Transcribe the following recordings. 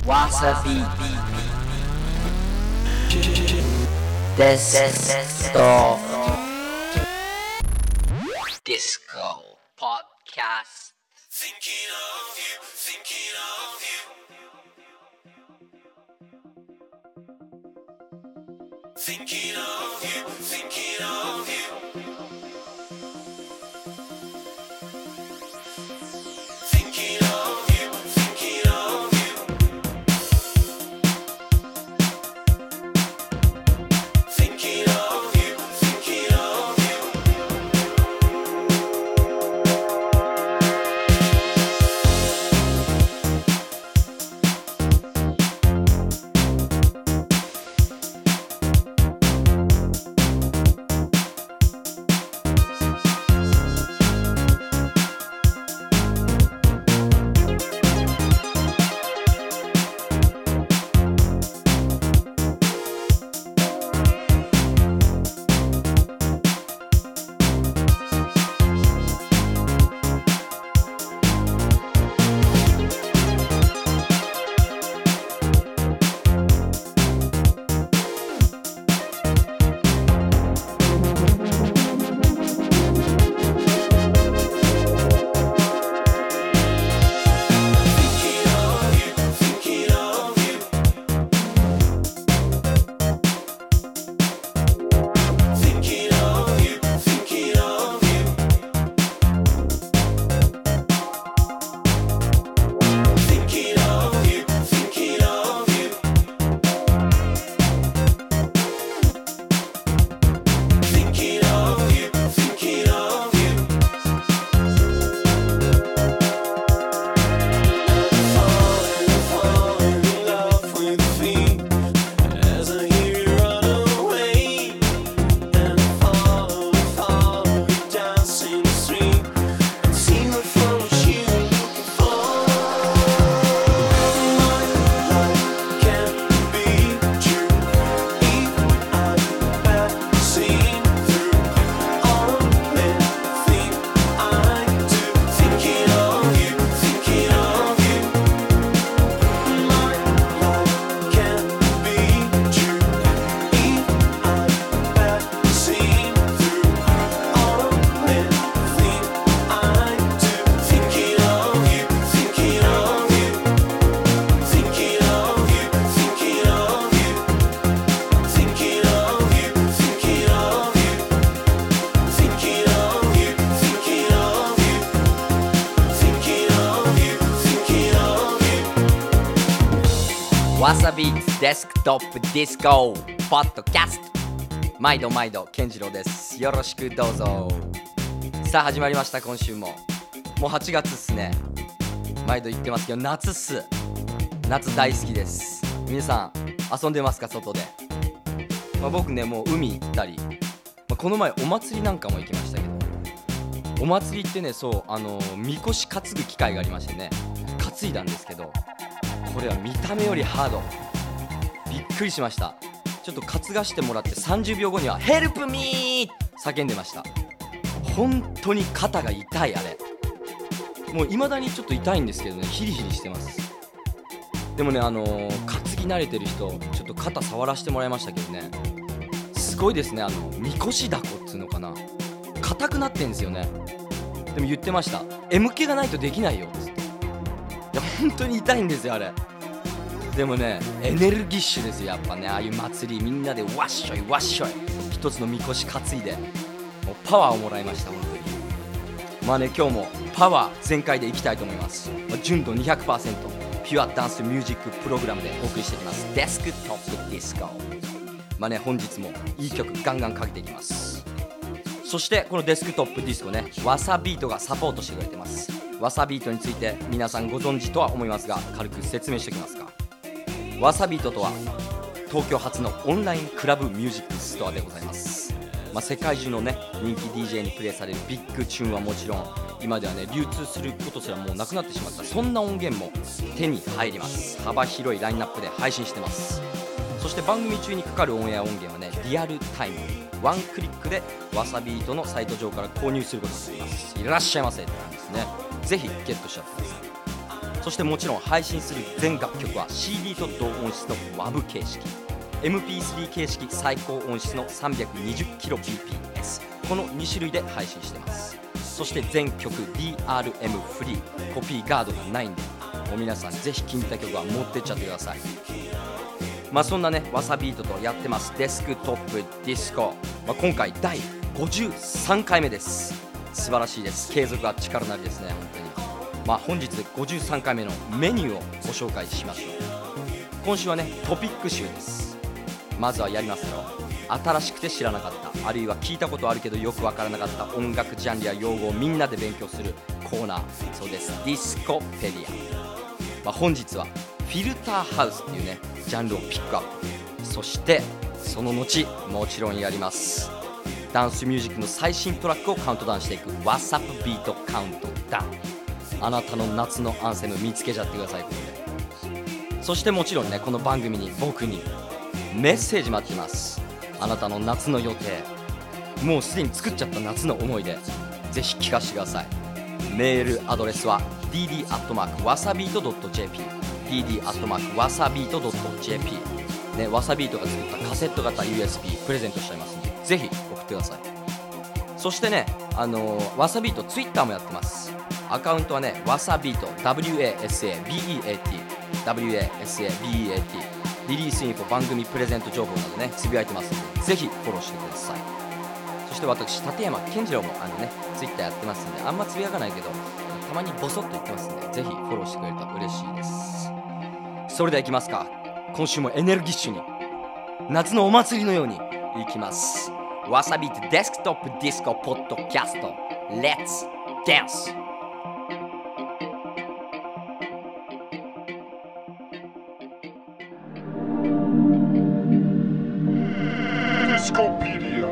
わさびデストディスコポッキャスト Thinking of you, thinking of you Thinking of you, thinking of you Thinking of you, thinking of you Thinking of you, thinking of youわさびデスクトップディスコポッドキャスト毎度健次郎です。よろしくどうぞ。さあ始まりました。今週もう8月っすね。毎度言ってますけど夏っす。夏大好きです。皆さん遊んでますか外で。僕ねもう海行ったり、この前お祭りなんかも行きましたけど、お祭りってねそうみこし担ぐ機会がありましてね、担いだんですけど、これは見た目よりハード。びっくりしました。ちょっと担がしてもらって30秒後にはヘルプミー叫んでました。本当に肩が痛い。あれもう未だにちょっと痛いんですけどね、ヒリヒリしてます。でもね担ぎ慣れてる人ちょっと肩触らせてもらいましたけどね、すごいですね。みこしだこっつうのかな、硬くなってんですよね。でも言ってました、M 気がないとできないよっつって。いや本当に痛いんですよあれ。でもねエネルギッシュですよやっぱね。ああいう祭りみんなでわっしょいわっしょい一つのみこし担いで、もうパワーをもらいました本当に。今日もパワー全開でいきたいと思います。純度 200% ピュアダンスミュージックプログラムでお送りしていきます。デスクトップディスコ。本日もいい曲ガンガンかけていきます。そしてこのデスクトップディスコね、わさビートがサポートしてくれてます。わさビートについて皆さんご存知とは思いますが、軽く説明しておきますか。わさビートとは東京初のオンラインクラブミュージックストアでございます。世界中のね人気 DJ にプレイされるビッグチューンはもちろん、今ではね流通することすらもうなくなってしまった、そんな音源も手に入ります。幅広いラインナップで配信してます。そして番組中にかかるオンエア音源はねリアルタイムワンクリックでわさビートのサイト上から購入することができます。いらっしゃいませって感じですね。ぜひゲットしちゃってください。 そしてもちろん配信する全楽曲は CD と同音質の WAV 形式、 MP3 形式最高音質の 320kbps、 この2種類で配信してます。そして全曲 DRM フリー、コピーガードがないんで、もう皆さんぜひ気に入った曲は持ってっちゃってください。そんなねわさビートとやってますデスクトップディスコ、今回第53回目です。素晴らしいです。継続は力なりですね、本当に。本日53回目のメニューをご紹介しましょう。今週はねトピック集です。まずはやりますよ。新しくて知らなかった、あるいは聞いたことあるけどよくわからなかった音楽ジャンルや用語をみんなで勉強するコーナー、そうです、ディスコペディア。本日はフィルターハウスっていうねジャンルをピックアップ。そしてその後もちろんやります、ダンスミュージックの最新トラックをカウントダウンしていく WhatsApp ビートカウントダウン。あなたの夏のアンセム見つけちゃってください、ここで。そしてもちろんねこの番組に僕にメッセージ待ってます。あなたの夏の予定、もうすでに作っちゃった夏の思い出、ぜひ聞かせてください。メールアドレスは dd@wasabeat.jp dd@wasabeat.jp ね、わさビートが作ったカセット型 USB プレゼントしちゃいますので、ぜひ送ってください。そしてね、わさビートツイッターもやってます。アカウントはねわさビート WASABEAT リリースインフォ、番組プレゼント情報などねつぶやいてますので、ぜひフォローしてください。そして私立山健次郎もツイッターやってますんで、あんまつぶやかないけどたまにボソッと言ってますんで、ぜひフォローしてくれると嬉しいです。それではいきますか。今週もエネルギッシュに夏のお祭りのようにいきます。わさビートデスクトップディスコポッドキャスト、レッツダンス。 Discopedia.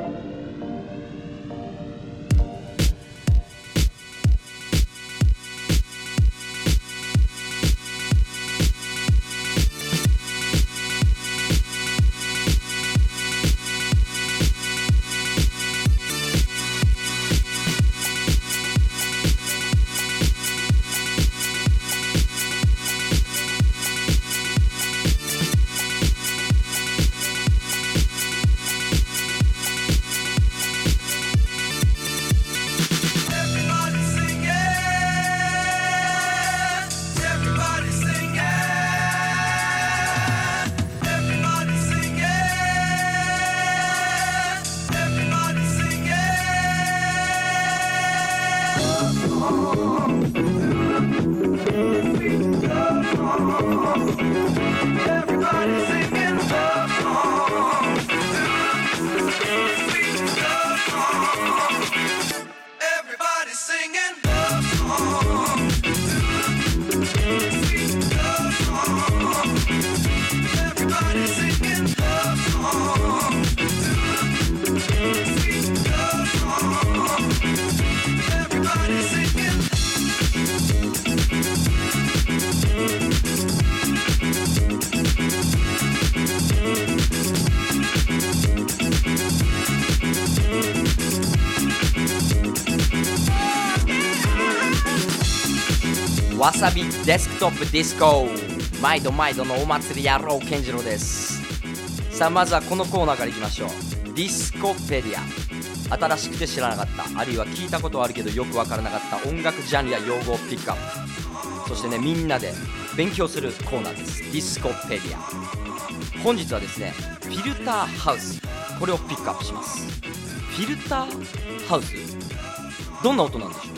わさびデスクトップディスコ、毎度毎度のお祭り野郎健次郎です。さあまずはこのコーナーからいきましょう。ディスコペディア。新しくて知らなかった、あるいは聞いたことはあるけどよくわからなかった音楽ジャンルや用語をピックアップ。そしてねみんなで勉強するコーナーです。ディスコペディア。本日はですねフィルターハウス、これをピックアップします。フィルターハウス、どんな音なんでしょうか。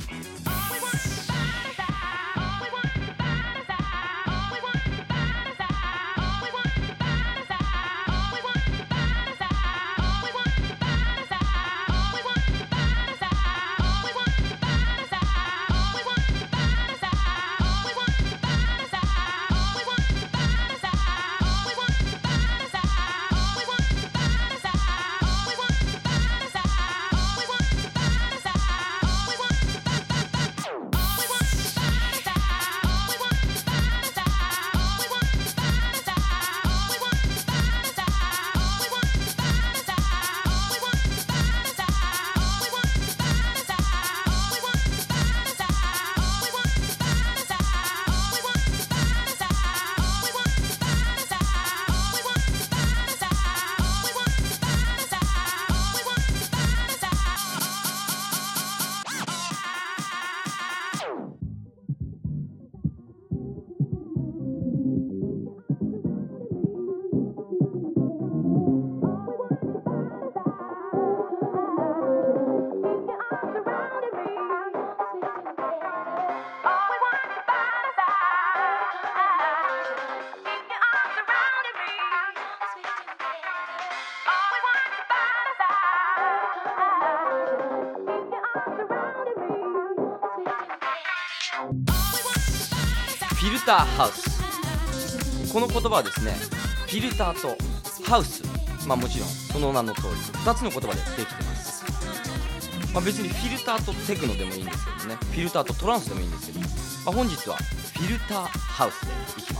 フィルターハウス、この言葉はですね、フィルターとハウス、もちろんその名の通り2つの言葉でできてます。別にフィルターとテクノでもいいんですけどね、フィルターとトランスでもいいんですけど、本日はフィルターハウスでいきます。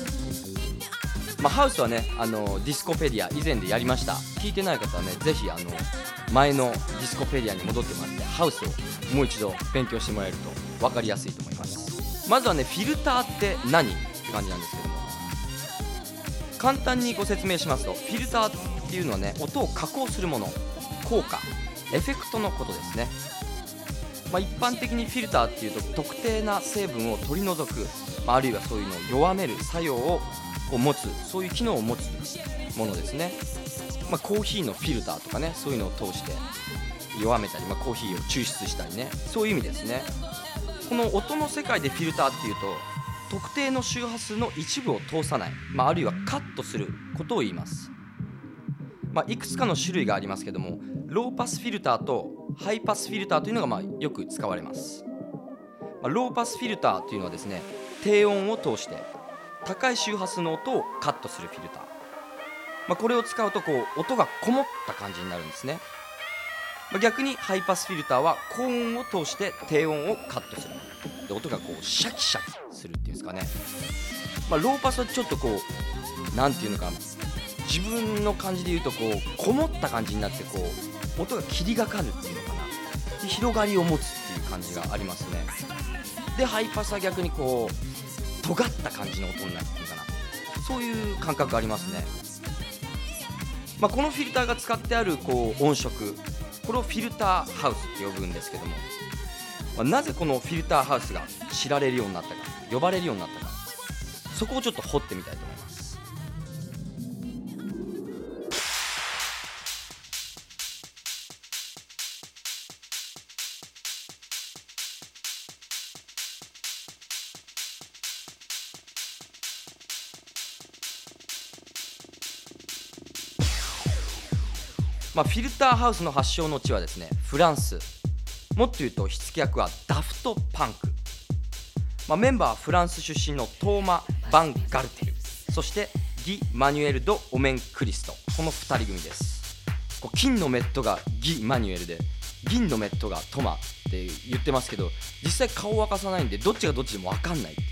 ハウスはね、ディスコペディア以前でやりました。聞いてない方はね、ぜひ前のディスコペディアに戻ってもらってハウスをもう一度勉強してもらえると分かりやすいと思います。まずはね、フィルターって何って感じなんですけども、簡単にご説明しますと、フィルターっていうのはね、音を加工するもの、効果、エフェクトのことですね。一般的にフィルターっていうと特定な成分を取り除く、あるいはそういうのを弱める作用を持つ、そういう機能を持つものですね。コーヒーのフィルターとかね、そういうのを通して弱めたり、コーヒーを抽出したりね、そういう意味ですね。この音の世界でフィルターっていうと、特定の周波数の一部を通さない、あるいはカットすることを言います。いくつかの種類がありますけども、ローパスフィルターとハイパスフィルターというのがよく使われます。ローパスフィルターというのはですね、低音を通して高い周波数の音をカットするフィルター、これを使うと音がこもった感じになるんですね。逆にハイパスフィルターは高音を通して低音をカットする。で、音がシャキシャキするっていうんですかね。ローパスはちょっとなんていうのかな、自分の感じで言うとこもった感じになって、音が霧がかるっていうのかな、で広がりを持つっていう感じがありますね。で、ハイパスは逆に尖った感じの音になるっていうかな、そういう感覚ありますね。このフィルターが使ってある音色、これをフィルターハウスって呼ぶんですけども、なぜこのフィルターハウスが知られるようになったか、呼ばれるようになったか、そこをちょっと掘ってみたいと思います。フィルターハウスの発祥の地はですね、フランス。もっと言うと火付け役はダフトパンク。メンバーはフランス出身のトーマ・バン・ガルテル、そしてギ・マニュエル・ド・オメン・クリスト、この2人組です。金のメットがギ・マニュエルで、銀のメットがトマって言ってますけど、実際顔を明かさないんでどっちがどっちでも分かんないっていう、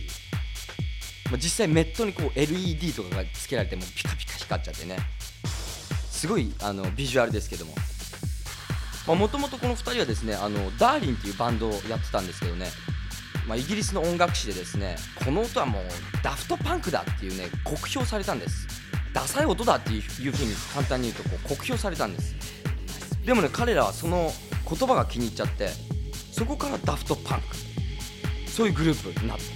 実際メットにLED とかがつけられてもピカピカ光っちゃってね、すごいビジュアルですけども、もともとこの2人はですね、ダーリンっていうバンドをやってたんですけどね、イギリスの音楽誌でですね、この音はもうダフトパンクだっていうね、酷評されたんです。ダサい音だっていう風に簡単に言うと酷評されたんです。でもね、彼らはその言葉が気に入っちゃって、そこからダフトパンク、そういうグループになった。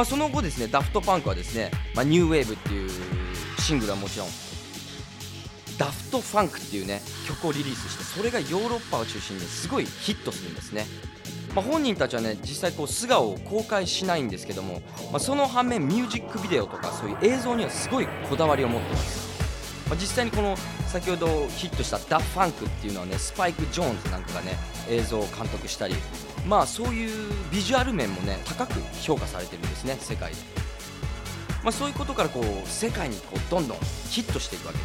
その後ですね、ダフトパンクはですね、ニューウェーブっていうシングルはもちろん、ダフトファンクっていうね曲をリリースして、それがヨーロッパを中心にすごいヒットするんですね。本人たちはね、実際素顔を公開しないんですけども、その反面ミュージックビデオとかそういう映像にはすごいこだわりを持ってます。実際にこの先ほどヒットしたダファンクっていうのはね、スパイク・ジョーンズなんかがね映像を監督したり、そういうビジュアル面もね高く評価されてるんですね、世界で。そういうことから世界にどんどんヒットしていくわけです。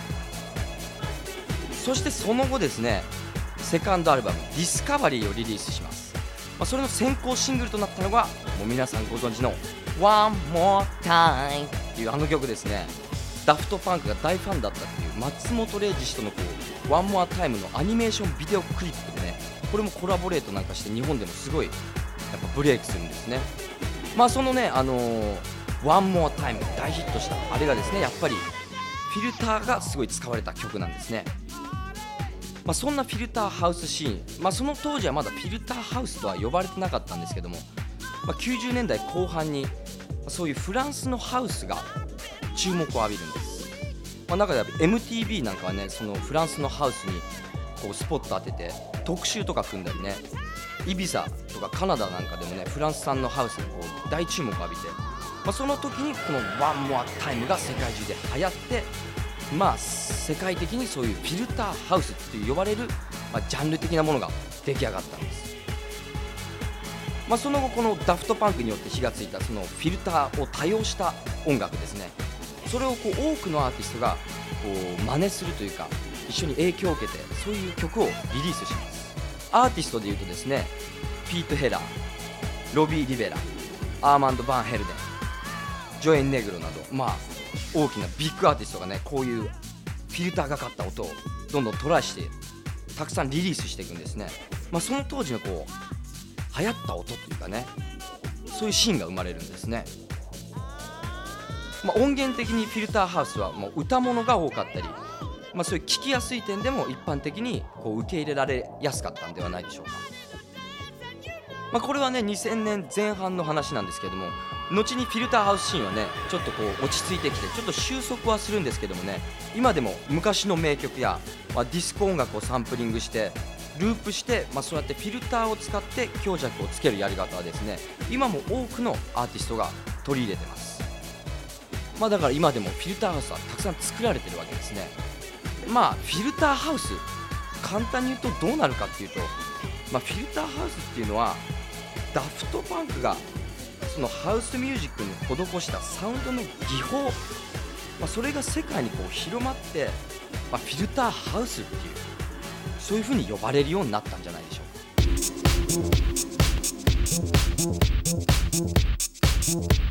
そしてその後ですね、セカンドアルバム「ディスカバリー」をリリースします。それの先行シングルとなったのがもう皆さんご存知の「One More Time」っていう曲ですね。ダフトパンクが大ファンだったっていう松本零士氏との「One More Time」のアニメーションビデオクリップでね、これもコラボレートなんかして日本でもすごいやっぱブレイクするんですね。そのね「One More Time」大ヒットしたあれがですね、やっぱりフィルターがすごい使われた曲なんですね。そんなフィルターハウスシーン、その当時はまだフィルターハウスとは呼ばれてなかったんですけども、90年代後半にそういうフランスのハウスが注目を浴びるんです。中では MTV なんかはね、そのフランスのハウスにスポット当てて特集とか組んだりね、イビザとかカナダなんかでもねフランス産のハウスに大注目を浴びて、その時にこの「One More Time」が世界中で流行って、世界的にそういうフィルターハウスって呼ばれる、ジャンル的なものが出来上がったんです。 その後このダフトパンクによって火がついたそのフィルターを多用した音楽ですね。それをこう多くのアーティストがこう真似するというか一緒に影響を受けてそういう曲をリリースします。アーティストでいうとですね、ピート・ヘラー、ロビー・リベラ、アーマンド・バン・ヘルデン、ジョエン・ネグロなど、大きなビッグアーティストがねこういうフィルターがかった音をどんどんトライしてたくさんリリースしていくんですね。その当時のこう流行った音というかね、そういうシーンが生まれるんですね。音源的にフィルターハウスはもう歌物が多かったり、そういう聞きやすい点でも一般的にこう受け入れられやすかったんではないでしょうか。これはね2000年前半の話なんですけども、後にフィルターハウスシーンはねちょっとこう落ち着いてきてちょっと収束はするんですけどもね、今でも昔の名曲や、ディスコ音楽をサンプリングしてループして、そうやってフィルターを使って強弱をつけるやり方はですね、今も多くのアーティストが取り入れてます。だから今でもフィルターハウスはたくさん作られてるわけですね。フィルターハウス簡単に言うとどうなるかっていうと、フィルターハウスっていうのはダフトパンクがそのハウスミュージックに施したサウンドの技法、それが世界にこう広まって、フィルターハウスっていうそういう風に呼ばれるようになったんじゃないでしょうか。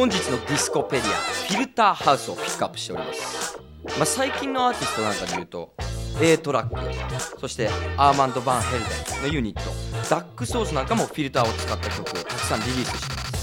本日のディスコペディアフィルターハウスをピックアップしております。最近のアーティストなんかで言うと A トラック、そしてアーマンド・バンヘルデンのユニットダックソースなんかもフィルターを使った曲をたくさんリリースしてます。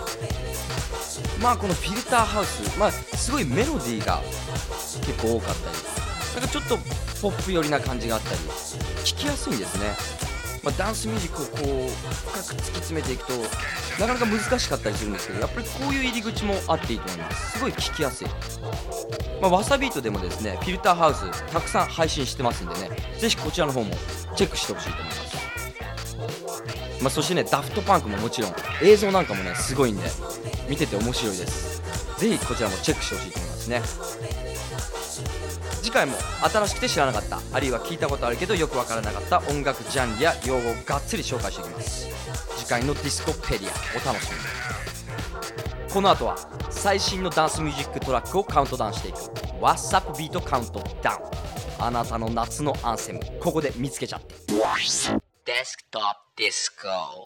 このフィルターハウス、すごいメロディーが結構多かったり、なんかちょっとポップ寄りな感じがあったり聴きやすいんですね。ダンスミュージックをこう深く突き詰めていくとなかなか難しかったりするんですけど、やっぱりこういう入り口もあっていいと思います。すごい聴きやすい。わさビートでもですねフィルターハウスたくさん配信してますんでね、ぜひこちらの方もチェックしてほしいと思います。そしてねダフトパンクももちろん映像なんかもねすごいんで見てて面白いです。ぜひこちらもチェックしてほしいと思いますね。次回も新しくて知らなかった、あるいは聞いたことあるけどよくわからなかった音楽ジャンルや用語をがっつり紹介していきます。次回のディスコペディアお楽しみに。この後は最新のダンスミュージックトラックをカウントダウンしていく What's Up ビートカウントダウン。あなたの夏のアンセム、ここで見つけちゃって。デスクトップディスコ。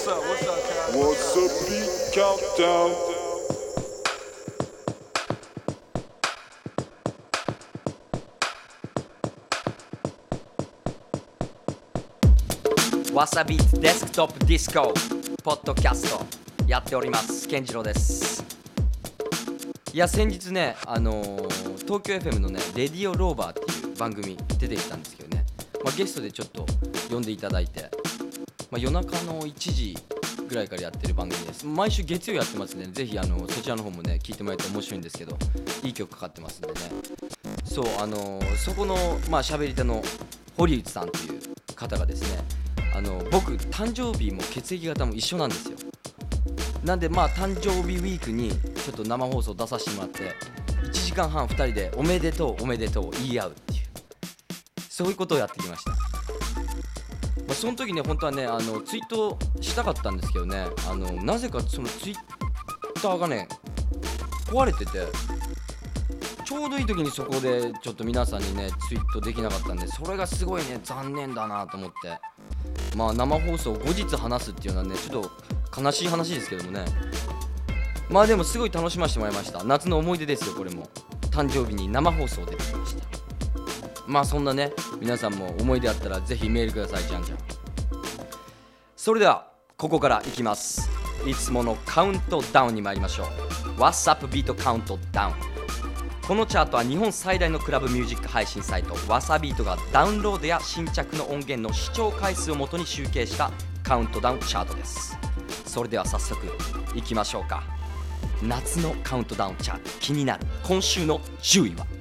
What's up, beat countdown? わさびデスクトップディスコポッドキャストやっております。健次郎です。いや先日ね、東京 FM のねレディオローバーっていう番組出てきたんですけどね、ゲストでちょっと呼んでいただいて、夜中の1時ぐらいからやってる番組です。毎週月曜やってますんで、ぜひそちらの方もね聞いてもらえて面白いんですけど、いい曲かかってますんでね。そうそこの喋り手の堀内さんという方がですね、僕誕生日も血液型も一緒なんですよ。なんで誕生日ウィークにちょっと生放送出させてもらって、1時間半2人でおめでとうおめでとう言い合うっていう、そういうことをやってきました。その時ね本当はねツイートしたかったんですけどね、なぜかそのツイッターがね壊れてて、ちょうどいい時にそこでちょっと皆さんにねツイートできなかったんで、それがすごいね残念だなと思って、生放送後日話すっていうのはねちょっと悲しい話ですけどもね、でもすごい楽しませてもらいました。夏の思い出ですよ。これも誕生日に生放送出てきました。そんなね皆さんも思い出あったらぜひメールください。じゃんじゃん。それではここからいきます。いつものカウントダウンに参りましょう。 What's up ビートカウントダウン。このチャートは日本最大のクラブミュージック配信サイトわさビートがダウンロードや新着の音源の視聴回数をもとに集計したカウントダウンチャートです。それでは早速いきましょうか。夏のカウントダウンチャート、気になる今週の10位は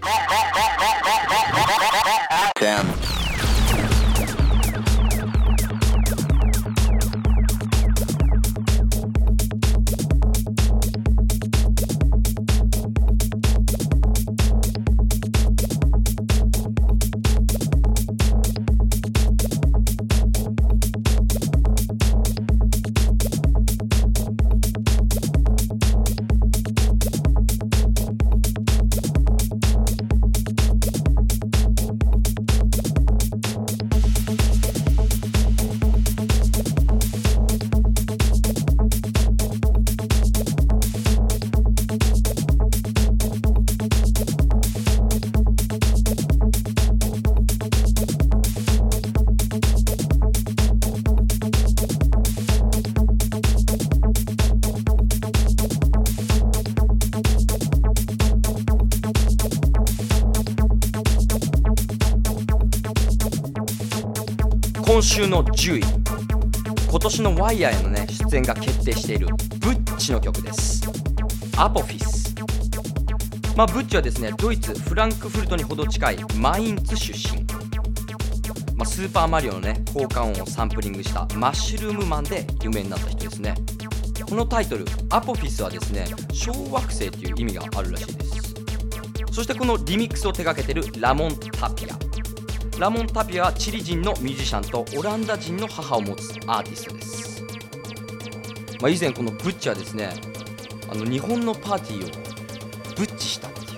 今週の10位、今年のワイヤーへのね出演が決定しているブッチの曲です。アポフィス。ブッチはですねドイツフランクフルトにほど近いマインツ出身。スーパーマリオのね効果音をサンプリングしたマッシュルームマンで有名になった人ですね。このタイトルアポフィスはですね小惑星という意味があるらしいです。そしてこのリミックスを手掛けているラモン・タピア。ラモン・タピアはチリ人のミュージシャンとオランダ人の母を持つアーティストです。以前このブッチはですね日本のパーティーをブッチしたっていう、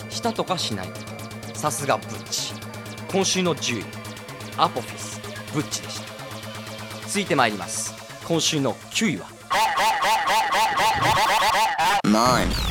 したとかしないとか、さすがブッチ。今週の10位アポフィスブッチでした。続いてまいります。今週の9位は9。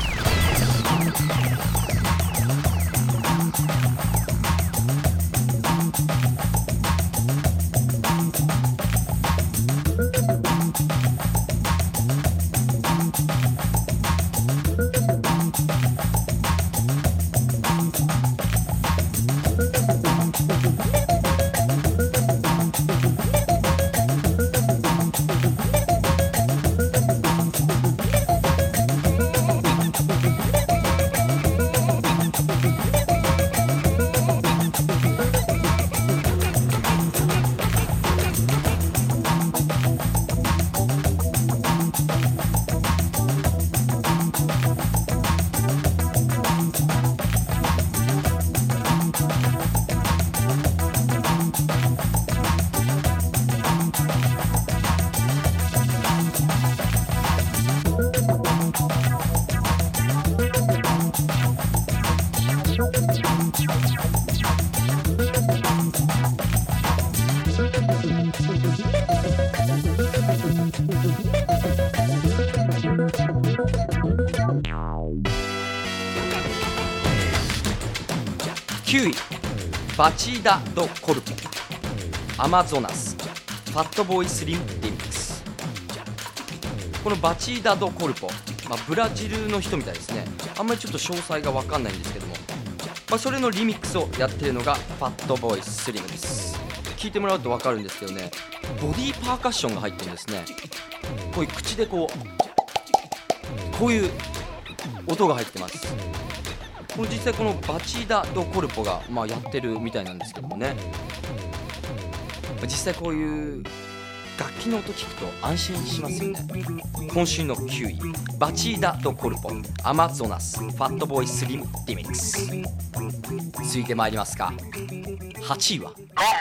バチーダ・ド・コルポ、アマゾナス、ファットボーイスリムリミックス。このバチーダ・ド・コルポ、ブラジルの人みたいですね。あんまりちょっと詳細が分かんないんですけども、それのリミックスをやってるのがファットボーイスリムです。聞いてもらうと分かるんですけどね、ボディーパーカッションが入ってるんですね。こういう口でこういう音が入ってます。この実際このバチーダ・ド・コルポがやってるみたいなんですけどもね、実際こういう楽器の音聞くと安心しますよね。今週の9位、バチーダ・ド・コルポ、アマゾナス、ファットボーイスリムリミックス。続いてまいりますか。8位は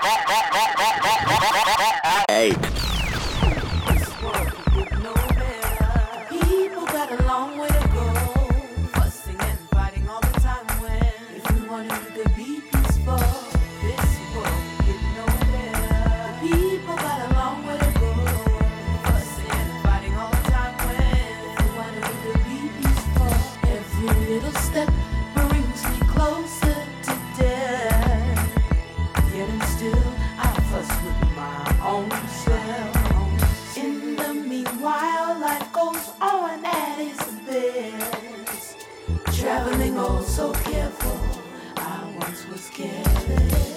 Traveling oh so careful, I once was careless.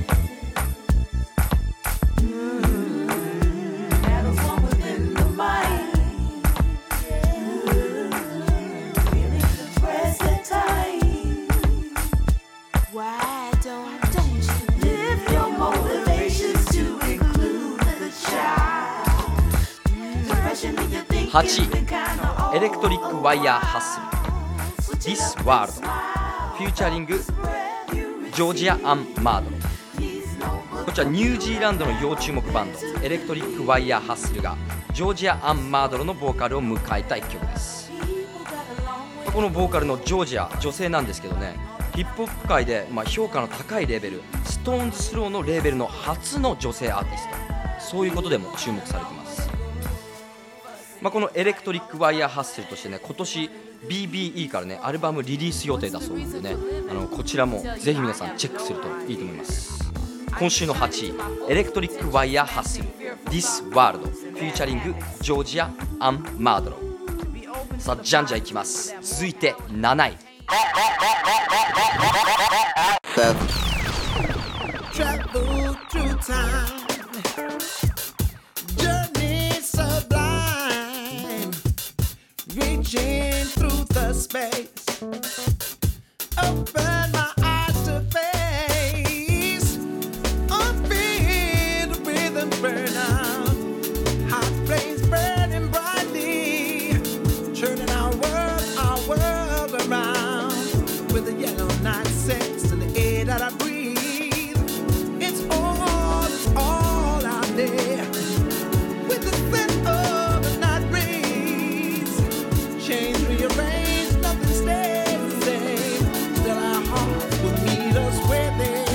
Battles won within the mind. Feeling the press at times. Why don't you lift your motivations to include the child? Depression in your thinking. 8位、エレクトリック・ワイヤー・ハッスル、This World フューチャリングジョージア・アン・マードロ。こちらニュージーランドの要注目バンドエレクトリック・ワイヤー・ハッスルがジョージア・アン・マードロのボーカルを迎えた一曲です。このボーカルのジョージア、女性なんですけどね、ヒップホップ界で評価の高いレーベル、ストーンズスローのレーベルの初の女性アーティスト、そういうことでも注目されています。このエレクトリック・ワイヤー・ハッスルとしてね、今年 BBE からねアルバムリリース予定だそうなんでね、こちらもぜひ皆さんチェックするといいと思います。今週の8位、エレクトリック・ワイヤー・ハッスル This World フューチャリングジョージア・アン・マードロ。さあじゃんじゃんいきます。続いて7位、 Travel through time, journey sublime, reaching through the space, open my eyes to face, feel the rhythm burn out, hot flames burning brightly, turning our world around, with the yellow night scents in the air that I breathe. It's all out there, with the scent of the night breeze. Change, rearrange, nothing stays the same. Still our hearts will meet us where they.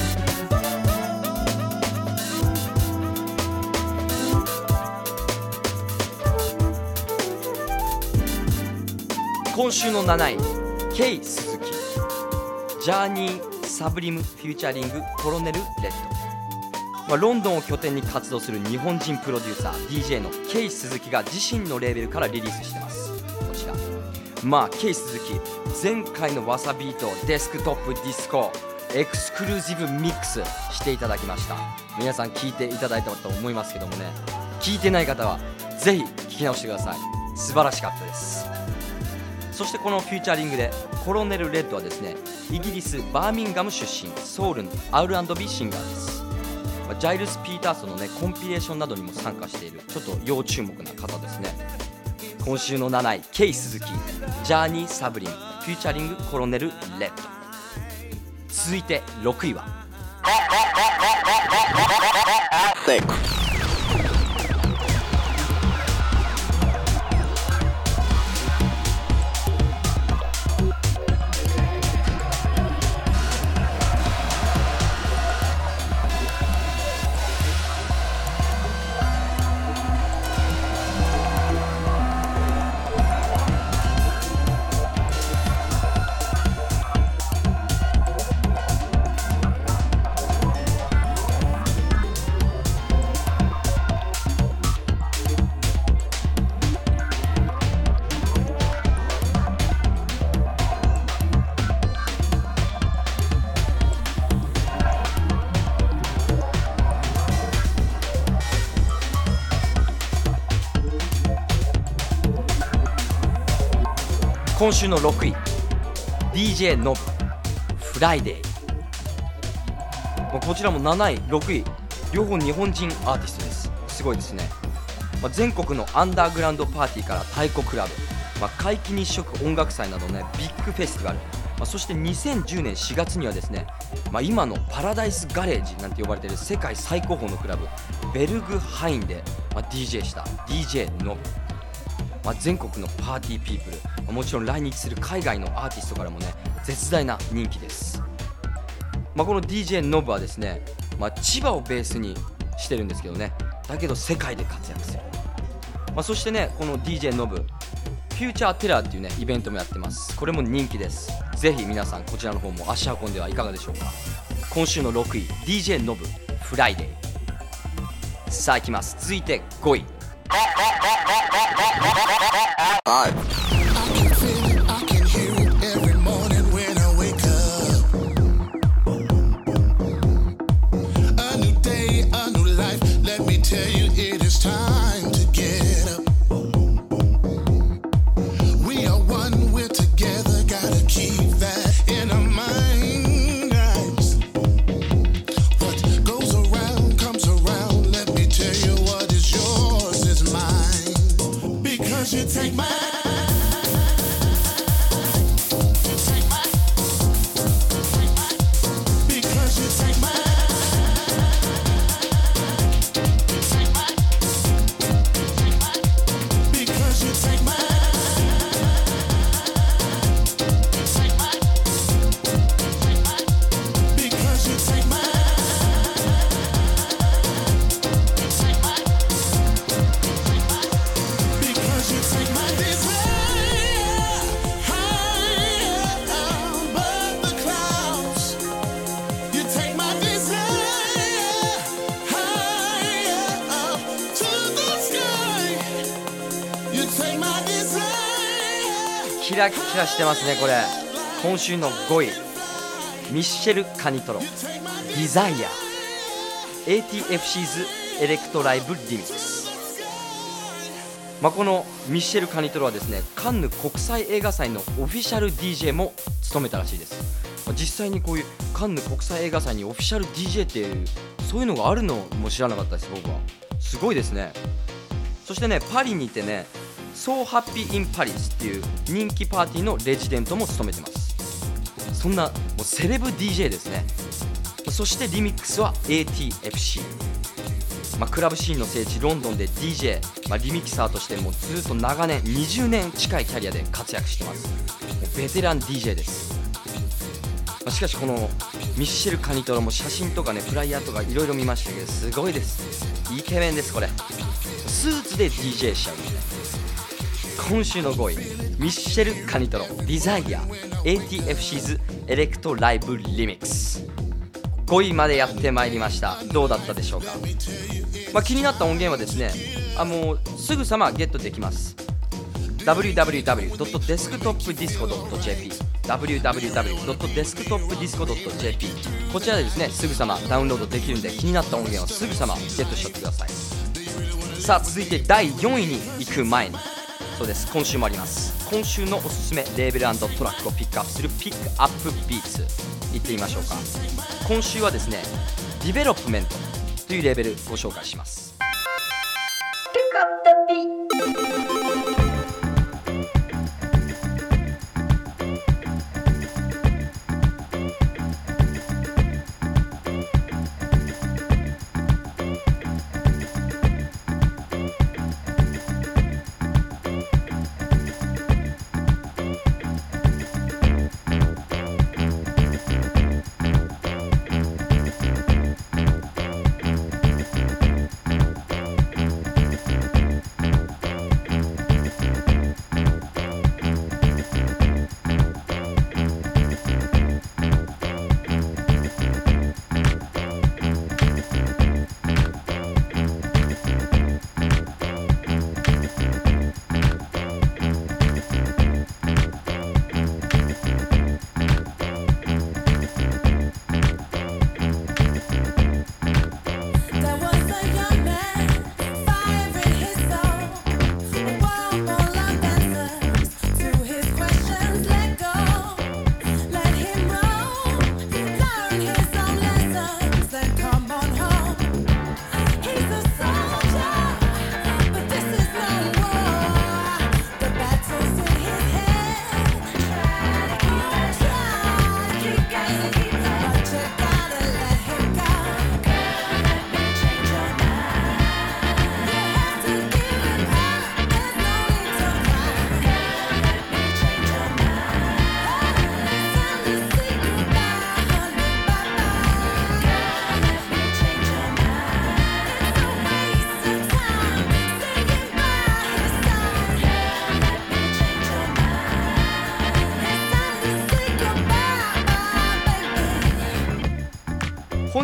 今週の7位、K 鈴木ジャーニーサブリムフューチャリングコロネルレッド。ロンドンを拠点に活動する日本人プロデューサー DJ の K 鈴木が自身のレーベルからリリースしてます。こちらK 鈴木、前回のわさビートデスクトップディスコエクスクルーシブミックスしていただきました。皆さん聞いていただいたと思いますけどもね、聞いてない方はぜひ聞き直してください。素晴らしかったです。そしてこのフューチャリングでコロネルレッドはですね、イギリスバーミンガム出身ソウルの R&B シンガーです。ジャイルス・ピーターソンのねコンピレーションなどにも参加しているちょっと要注目な方ですね。今週の7位、K 鈴木ジャーニーサブリンフューチャリングコロネルレッド。続いて6位は今週の6位 DJ ノブフライデー。こちらも7位6位両方日本人アーティストです。すごいですね。全国のアンダーグラウンドパーティーから太鼓クラブ、皆既日食音楽祭などねビッグフェスティバル、そして2010年4月にはですね、今のパラダイスガレージなんて呼ばれている世界最高峰のクラブベルグハインで、DJ した DJ ノブ、全国のパーティーピープル、もちろん来日する海外のアーティストからもね絶大な人気です。この DJ ノブはですね、千葉をベースにしてるんですけどね、だけど世界で活躍する。そしてねこの DJ ノブフューチャーテラーっていうねイベントもやってます。これも人気です。ぜひ皆さんこちらの方も足運んではいかがでしょうか。今週の6位 DJ ノブフライデー。さあ行きます。続いて5位。キラキラしてますねこれ。今週の5位ミッシェル・カニトロディザイア ATFC's エレクトライブリミックス。このミッシェル・カニトロはですねカンヌ国際映画祭のオフィシャル DJ も務めたらしいです。実際にこういうカンヌ国際映画祭にオフィシャル DJ っていうそういうのがあるのも知らなかったです僕は。すごいですね。そしてねパリにいてねSo Happy in Paris っていう人気パーティーのレジデントも務めてます。そんなもうセレブ DJ ですね。そしてリミックスは ATFC、クラブシーンの聖地ロンドンで DJ、リミキサーとしてもうずっと長年20年近いキャリアで活躍してます。もうベテラン DJ です。しかしこのミッシェル・カニトロも写真とかねフライヤーとかいろいろ見ましたけどすごいです。イケメンですこれ。スーツで DJ しちゃうんですね。今週の5位ミッシェル・カニトロディザイア ATFC's エレクトライブリミックス。5位までやってまいりました。どうだったでしょうか。気になった音源はですねもうすぐさまゲットできます。 www.desktopdisco.jp www.desktopdisco.jp こちらでですねすぐさまダウンロードできるんで気になった音源をすぐさまゲットしちゃってください。さあ続いて第4位に行く前にそうです今週もあります。今週のおすすめレーベル&トラックをピックアップするピックアップビーツいってみましょうか。今週はですねディベロップメントというレーベルご紹介します。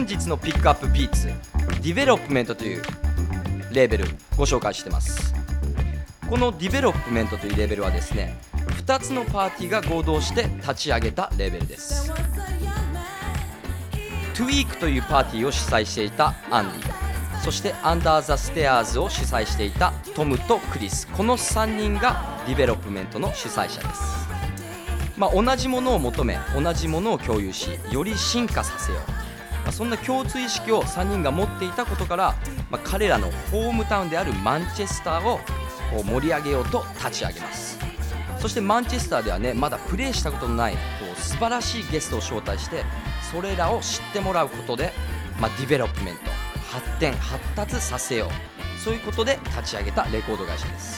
日のピックアップビーツディベロップメントというレーベルご紹介してます。このディベロップメントというレーベルはですね、2つのパーティーが合同して立ち上げたレーベルです。トゥイークというパーティーを主催していたアンディ、そしてアンダーザステアーズを主催していたトムとクリス、この3人がディベロップメントの主催者です。同じものを求め、同じものを共有し、より進化させよう、そんな共通意識を3人が持っていたことから、彼らのホームタウンであるマンチェスターを盛り上げようと立ち上げます。そしてマンチェスターではね、まだプレーしたことのない素晴らしいゲストを招待して、それらを知ってもらうことで、ディベロップメント、発展発達させよう、そういうことで立ち上げたレコード会社です。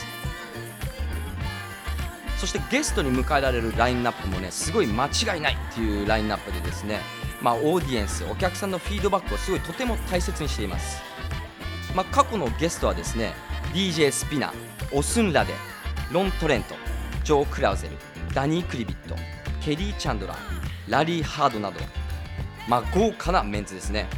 そしてゲストに迎えられるラインナップもね、すごい間違いないっていうラインナップでですね、オーディエンス、お客さんのフィードバックをすごいとても大切にしています。過去のゲストはですね、 DJ スピナ、オスンラデ、ロン・トレント、ジョー・クラウゼル、ダニー・クリビット、ケリー・チャンドラー、ラリー・ハードなど、豪華なメンツですね。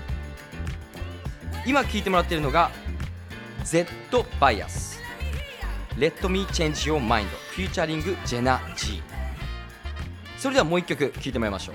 今聴いてもらっているのが Z バイアス、 Let Me Change Your Mind フューチャリングジェナ G。 それではもう一曲聴いてもらいましょう。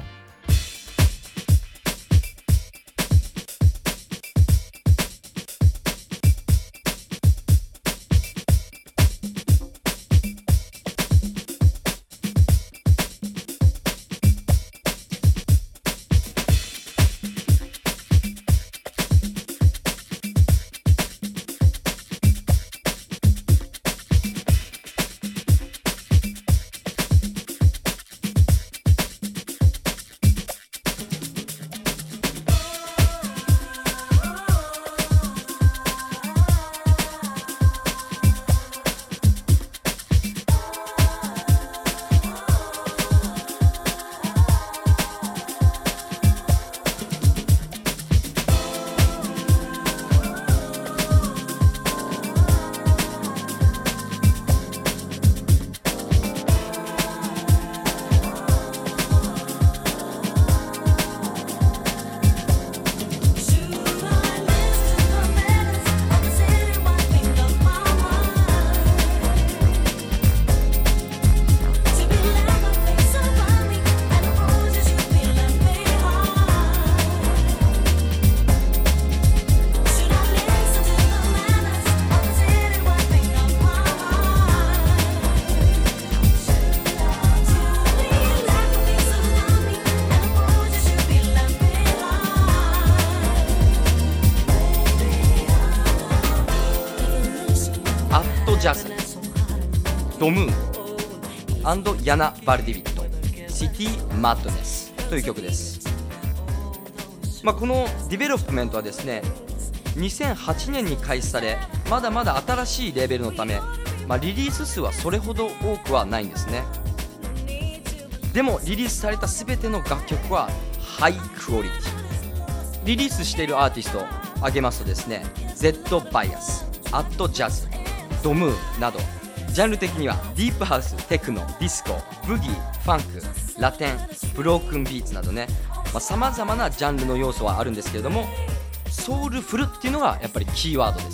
ジャズ、ドムーン&ヤナ・バルディビット、シティ・マッドネスという曲です。このディベロップメントはですね、2008年に開始され、まだまだ新しいレーベルのため、リリース数はそれほど多くはないんですね。でもリリースされた全ての楽曲はハイクオリティ。リリースしているアーティストを挙げますとですね、 Z バイアス、アットジャズ、ドムーンなど、ジャンル的にはディープハウス、テクノ、ディスコ、ブギー、ファンク、ラテン、ブロークンビーツなどね、様々なジャンルの要素はあるんですけれども、ソウルフルっていうのがやっぱりキーワードです。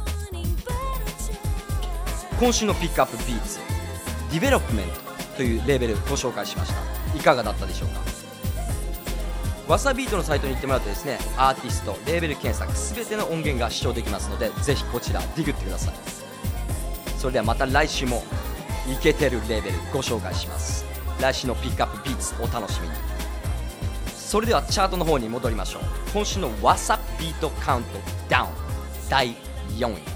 今週のピックアップビーツ、ディベロップメントというレーベルご紹介しました。いかがだったでしょうか。わさビートのサイトに行ってもらうとですね、アーティスト、レーベル検索、すべての音源が視聴できますので、ぜひこちらディグってください。それではまた来週もイケてるレーベルご紹介します。来週のピックアップビーツお楽しみに。それではチャートの方に戻りましょう。今週のわさビートカウントダウン第4位。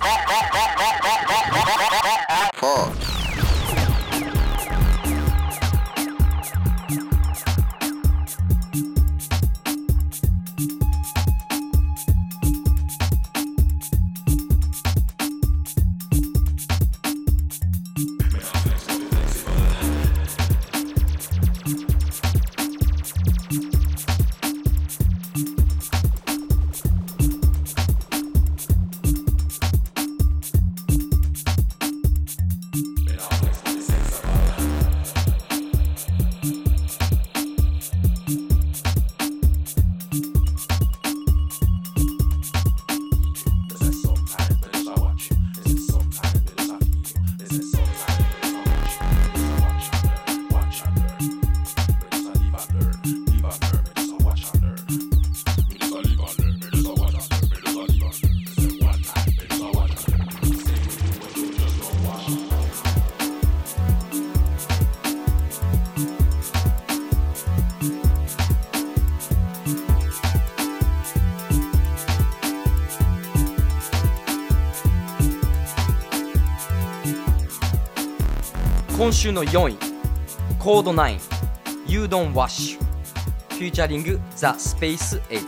今週の4位コード9 You Don't Wash フューチャリング The Space Ape、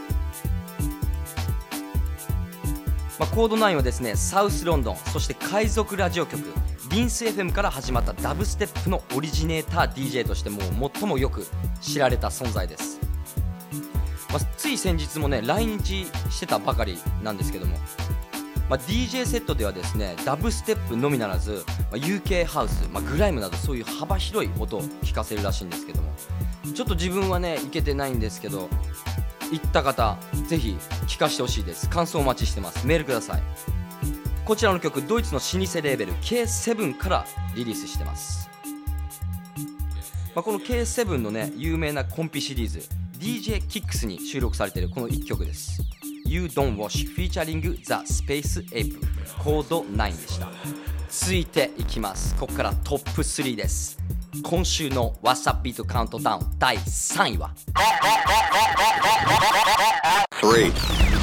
コード9はですねサウスロンドンそして海賊ラジオ局リンス FM から始まったダブステップのオリジネーター DJ としてもう最もよく知られた存在です。つい先日もね来日してたばかりなんですけども、DJ セットではですねダブステップのみならず、UK ハウス、グライムなどそういう幅広い音を聴かせるらしいんですけども、ちょっと自分はねいけてないんですけど、行った方ぜひ聴かせてほしいです。感想お待ちしてます。メールください。こちらの曲ドイツの老舗レーベル K7 からリリースしてます。この K7 のね有名なコンピシリーズ DJ キックスに収録されているこの1曲です。 You Don't Wash Featuring The Space Ape コード9でした。続いていきます。ここからトップ3です。今週の What's Up Beat カウントダウン第3位は 3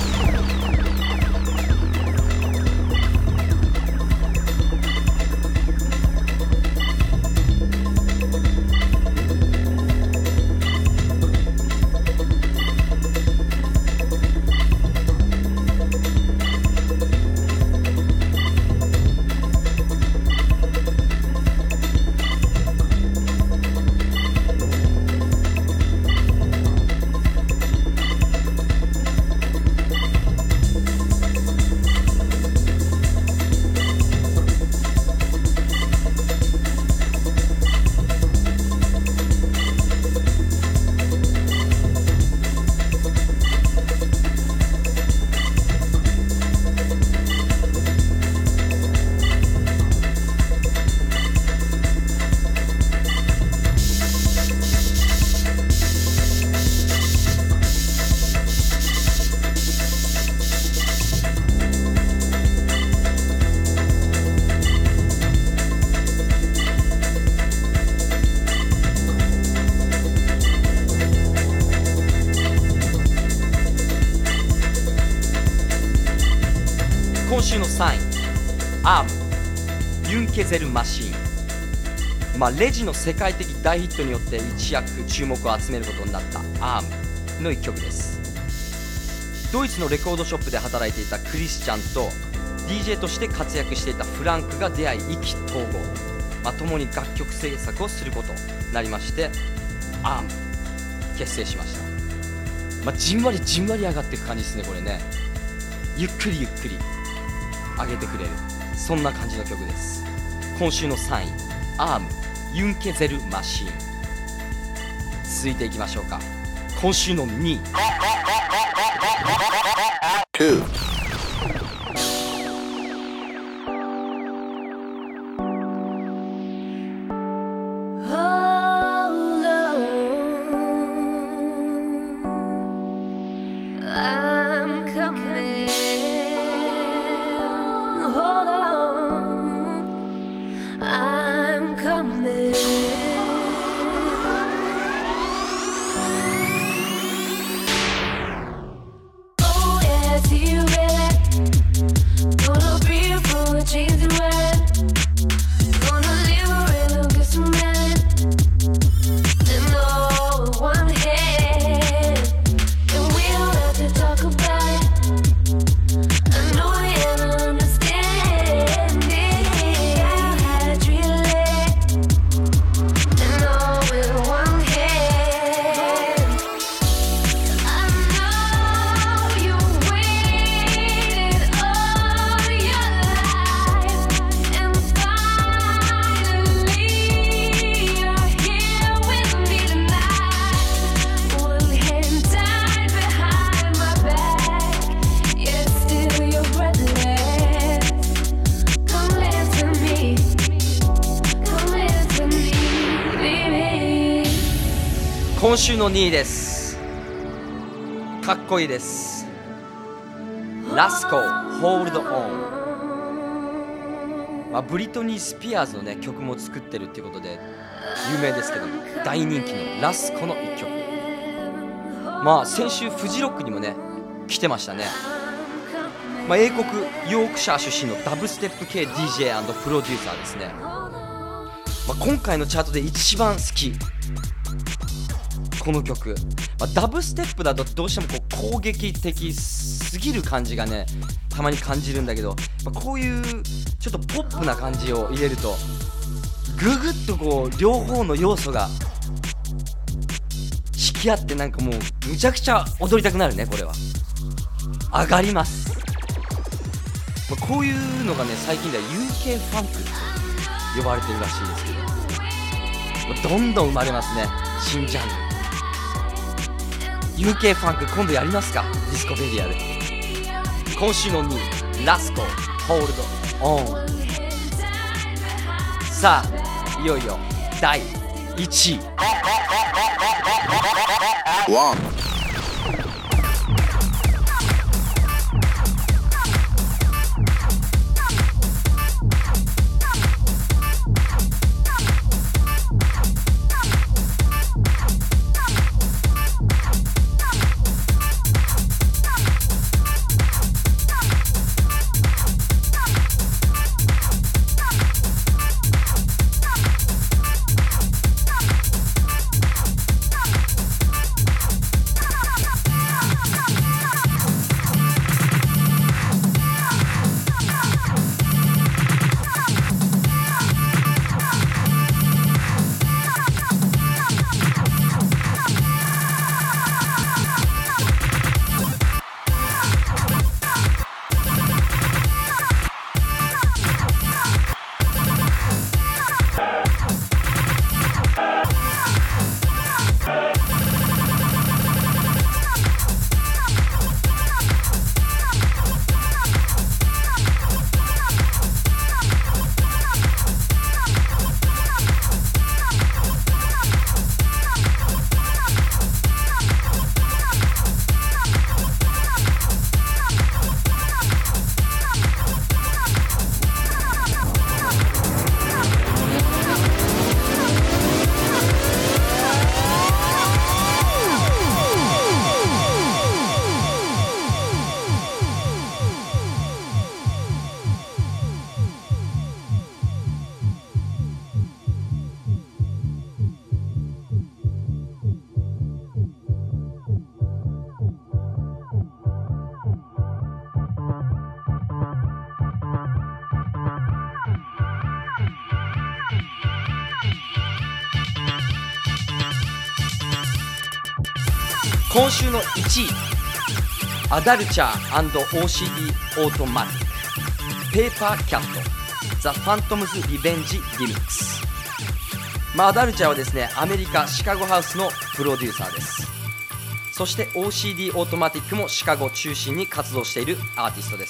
今週の3位アームユンケゼルマシーン、レジの世界的大ヒットによって一躍注目を集めることになったアームの1曲です。ドイツのレコードショップで働いていたクリスチャンと DJ として活躍していたフランクが出会い意気投合、共に楽曲制作をすることになりましてアーム結成しました。じんわりじんわり上がっていく感じですね。これねゆっくりゆっくり上げてくれる、そんな感じの曲です。今週の3位アームユンケゼルマシーン。続いていきましょうか。今週の2位 2 今週の2位です。かっこいいです。ラスコホールドオン、ブリトニー・スピアーズのね曲も作ってるっていうことで有名ですけども、大人気のラスコの1曲、先週フジロックにもね来てましたね。英国ヨークシャー出身のダブステップ系 DJ& プロデューサーですね。 今回のチャートで一番好きこの曲、ダブステップだとどうしても攻撃的すぎる感じがねたまに感じるんだけど、こういうちょっとポップな感じを入れるとぐぐっと両方の要素が引き合って、なんかもうむちゃくちゃ踊りたくなるね。これは上がります。こういうのがね最近では UK ファンクって呼ばれてるらしいですけど、どんどん生まれますね、新ジャンル。 UK ファンク今度やりますか、ディスコペディアで。今週の2位、ラスコホールドオン。さあいよいよ第1位。 1. 今週の1位、アダルチャー &OCD オートマティック、ペーパーキャット、ザ・ファントムズ・リベンジ・リミックス。アダルチャーはですね、アメリカシカゴハウスのプロデューサーです。そして OCD オートマティックもシカゴ中心に活動しているアーティストです。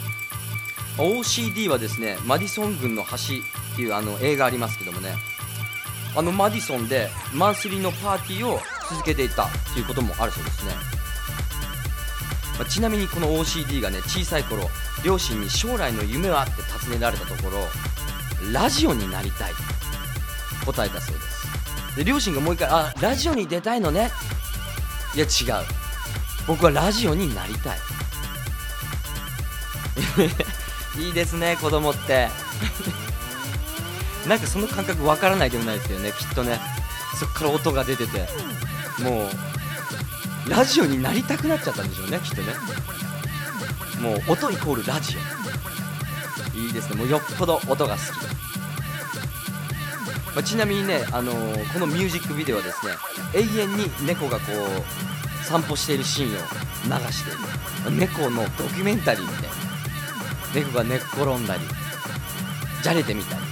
OCD はですね、マディソン郡の橋っていう映画ありますけどもね、マディソンでマンスリーのパーティーを続けていたということもあるそうですね。ちなみにこの OCD がね、小さい頃両親に将来の夢はって尋ねられたところ、ラジオになりたいと答えたそうです。で両親がもう一回、ラジオに出たいのね、いや違う、僕はラジオになりたいいいですね、子供ってなんかその感覚わからないでもないですよね、きっとね。そっから音が出てて、もうラジオになりたくなっちゃったんでしょうね、きっとね。もう音イコールラジオ、いいですね。もうよっぽど音が好き。ちなみにね、このミュージックビデオはですね、永遠に猫がこう散歩しているシーンを流している猫のドキュメンタリーみたいな。猫が寝っ転んだりじゃれてみたり、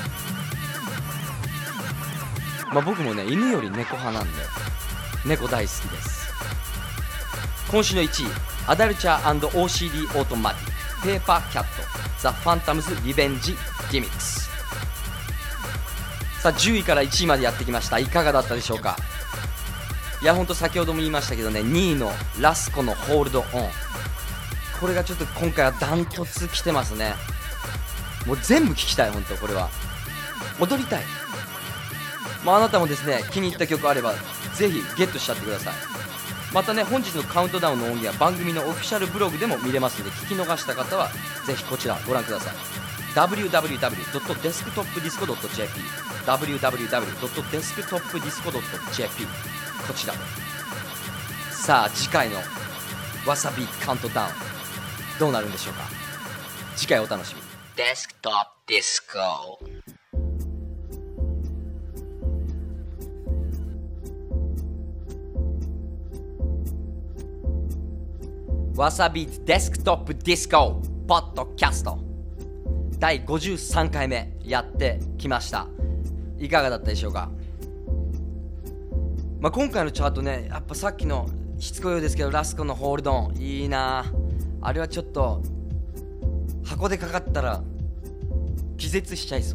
僕もね、犬より猫派なんで猫大好きです。今週の1位、アダルチャー &OCD オートマティック、ペーパーキャット、ザ・ファンタムズ・リベンジ・ギミックス。さあ10位から1位までやってきました。いかがだったでしょうか。いやほんと先ほども言いましたけどね、2位のラスコのホールドオン、これがちょっと今回はダントツ来てますね。もう全部聞きたい、ほんとこれは踊りたい。あなたもですね、気に入った曲あればぜひゲットしちゃってください。またね、本日のカウントダウンの音源は番組のオフィシャルブログでも見れますので、聞き逃した方はぜひこちらご覧ください。www.desktopdisco.jp www.desktopdisco.jp こちらで。さあ次回のわさびカウントダウンどうなるんでしょうか。次回お楽しみ。デスクトップディスコ。わさびデスクトップディスコポッドキャスト第53回目やってきました。いかがだったでしょうか。今回のチャートね、やっぱさっきのしつこいようですけどラスコのホールドオンいいな。あれはちょっと箱でかかったら気絶しちゃいそう。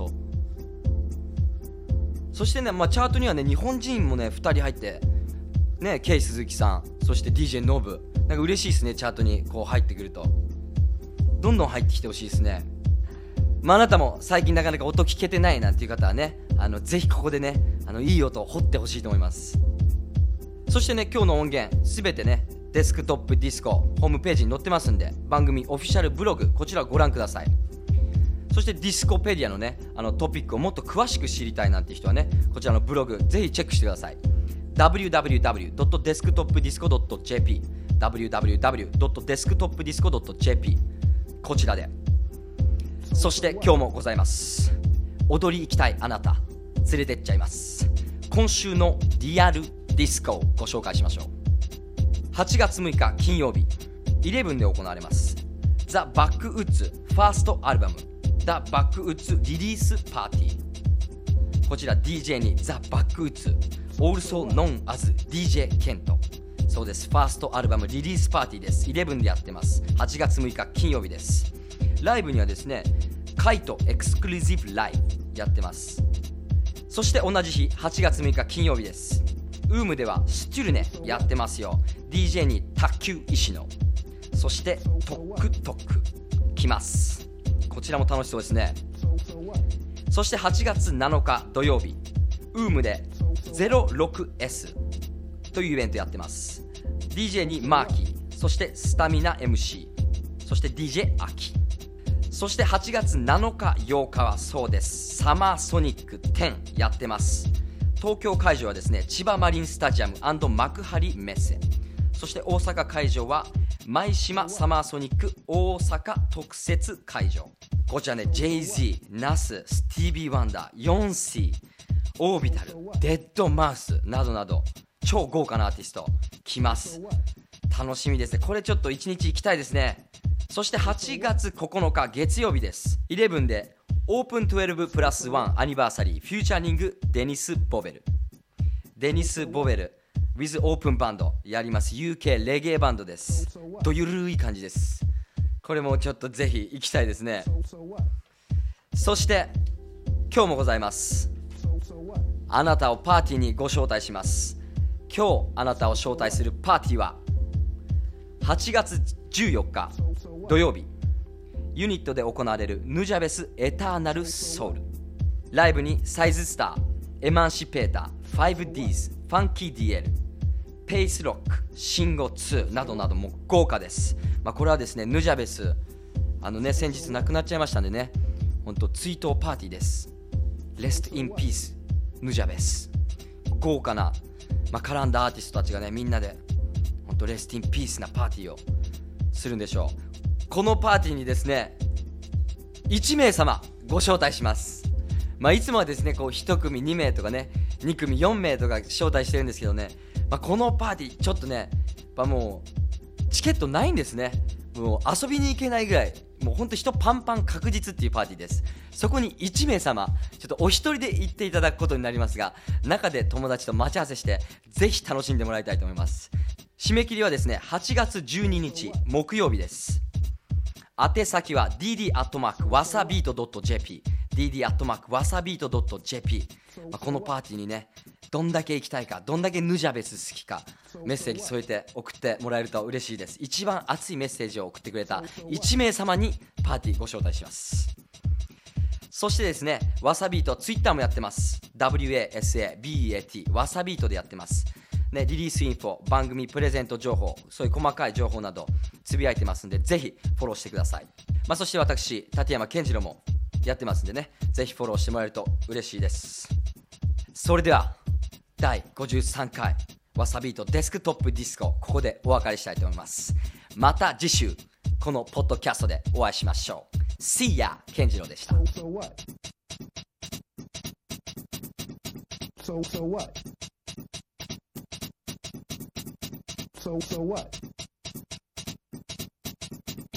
そしてね、チャートにはね日本人もね2人入ってね、K鈴木さんそして DJ ノブ、なんか嬉しいですね。チャートにこう入ってくるとどんどん入ってきてほしいですね。あなたも最近なかなか音聞けてないなんていう方はね、ぜひここでねいい音を掘ってほしいと思います。そしてね、今日の音源すべてねデスクトップディスコホームページに載ってますんで、番組オフィシャルブログこちらをご覧ください。そしてディスコペディアのねトピックをもっと詳しく知りたいなんて人はね、こちらのブログぜひチェックしてください。 www.desktopdisco.jp www.desktopdisco.jp こちらで。そして今日もございます。踊り行きたいあなた連れてっちゃいます。今週のリアルディスコをご紹介しましょう。8月6日金曜日11で行われますザ・バックウッズファーストアルバムザ・バックウッズリリースパーティー。こちら DJ にザ・バックウッズ also known as DJ ケント。そうです、ファーストアルバムリリースパーティーです。11でやってます。8月6日金曜日です。ライブにはですねカイトエクスクルーシブライブやってます。そして同じ日8月6日金曜日です。ウームではスチュルネやってますよ。 DJ に卓球石野、そしてトックトック来ます。こちらも楽しそうですね。そして8月7日土曜日ウームで 06S というイベントやってます。 DJ にマーキー、そしてスタミナ MC、 そして DJ アキ。そして8月7日8日はそうですサマーソニック10やってます。東京会場はですね千葉マリンスタジアム&幕張メッセ、そして大阪会場は舞島サマーソニック大阪特設会場。こちらね Jay-Z、 ナス、スティービー・ワンダー、ヨンシー、オービタル、デッドマウスなどなど超豪華なアーティスト来ます。楽しみですね。これちょっと1日行きたいですね。そして8月9日月曜日です。11でオープン12プラス1アニバーサリーフューチャリングデニス・ボベル。デニス・ボベル with オープンバンドやります。 UK レゲエバンドです。どゆるい感じです。これもちょっとぜひ行きたいですね。そして今日もございます。あなたをパーティーにご招待します。今日あなたを招待するパーティーは8月14日土曜日ユニットで行われるヌジャベスエターナルソウル。ライブにサイズスター、エマンシペーター、5Ds、ファンキー DL、ペイスロック、シンゴ2などなども豪華です。これはですねヌジャベス先日亡くなっちゃいましたんでね、本当追悼パーティーです。レストインピースヌジャベス。豪華な、絡んだアーティストたちがねみんなで本当レストインピースなパーティーをするんでしょう。このパーティーにですね1名様ご招待します。いつもはですねこう1組2名とかね2組4名とか招待してるんですけどね、このパーティーちょっとねもうチケットないんですね。もう遊びに行けないぐらいもうほんと人パンパン確実っていうパーティーです。そこに1名様ちょっとお一人で行っていただくことになりますが、中で友達と待ち合わせしてぜひ楽しんでもらいたいと思います。締め切りはですね8月12日木曜日です。宛先は dd@wasabeat.jp dd@wasabeat.jp。 このパーティーにねどんだけ行きたいか、どんだけヌジャベス好きかメッセージ添えて送ってもらえると嬉しいです。一番熱いメッセージを送ってくれた1名様にパーティーご招待します。そしてですねワサビートツイッターもやってます。 WASABEAT ワサビートでやってますね。リリースインフォ、番組プレゼント情報、そういう細かい情報などつぶやいてますんでぜひフォローしてください。そして私立山健次郎もやってますんでね、ぜひフォローしてもらえると嬉しいです。それでは第53回わさビートデスクトップディスコ、ここでお別れしたいと思います。また次週このポッドキャストでお会いしましょう。 See ya 健次郎でした。 So what? So what? So what?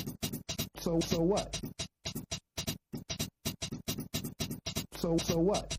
So what? So what?